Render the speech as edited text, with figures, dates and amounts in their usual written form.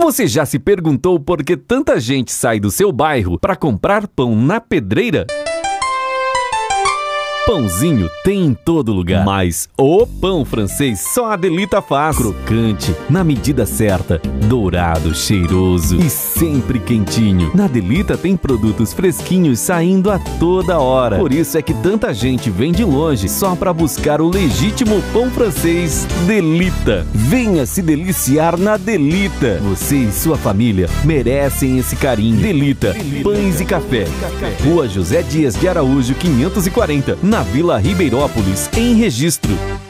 Você já se perguntou por que tanta gente sai do seu bairro para comprar pão na pedreira? Pãozinho tem em todo lugar, mas o pão francês só a Delita faz. Crocante, na medida certa, dourado, cheiroso e sempre quentinho. Na Delita tem produtos fresquinhos saindo a toda hora. Por isso é que tanta gente vem de longe só para buscar o legítimo pão francês Delita. Venha se deliciar na Delita. Você e sua família merecem esse carinho. Delita, pães e café. Rua José Dias de Araújo, 540, na Vila Ribeirópolis, em Registro.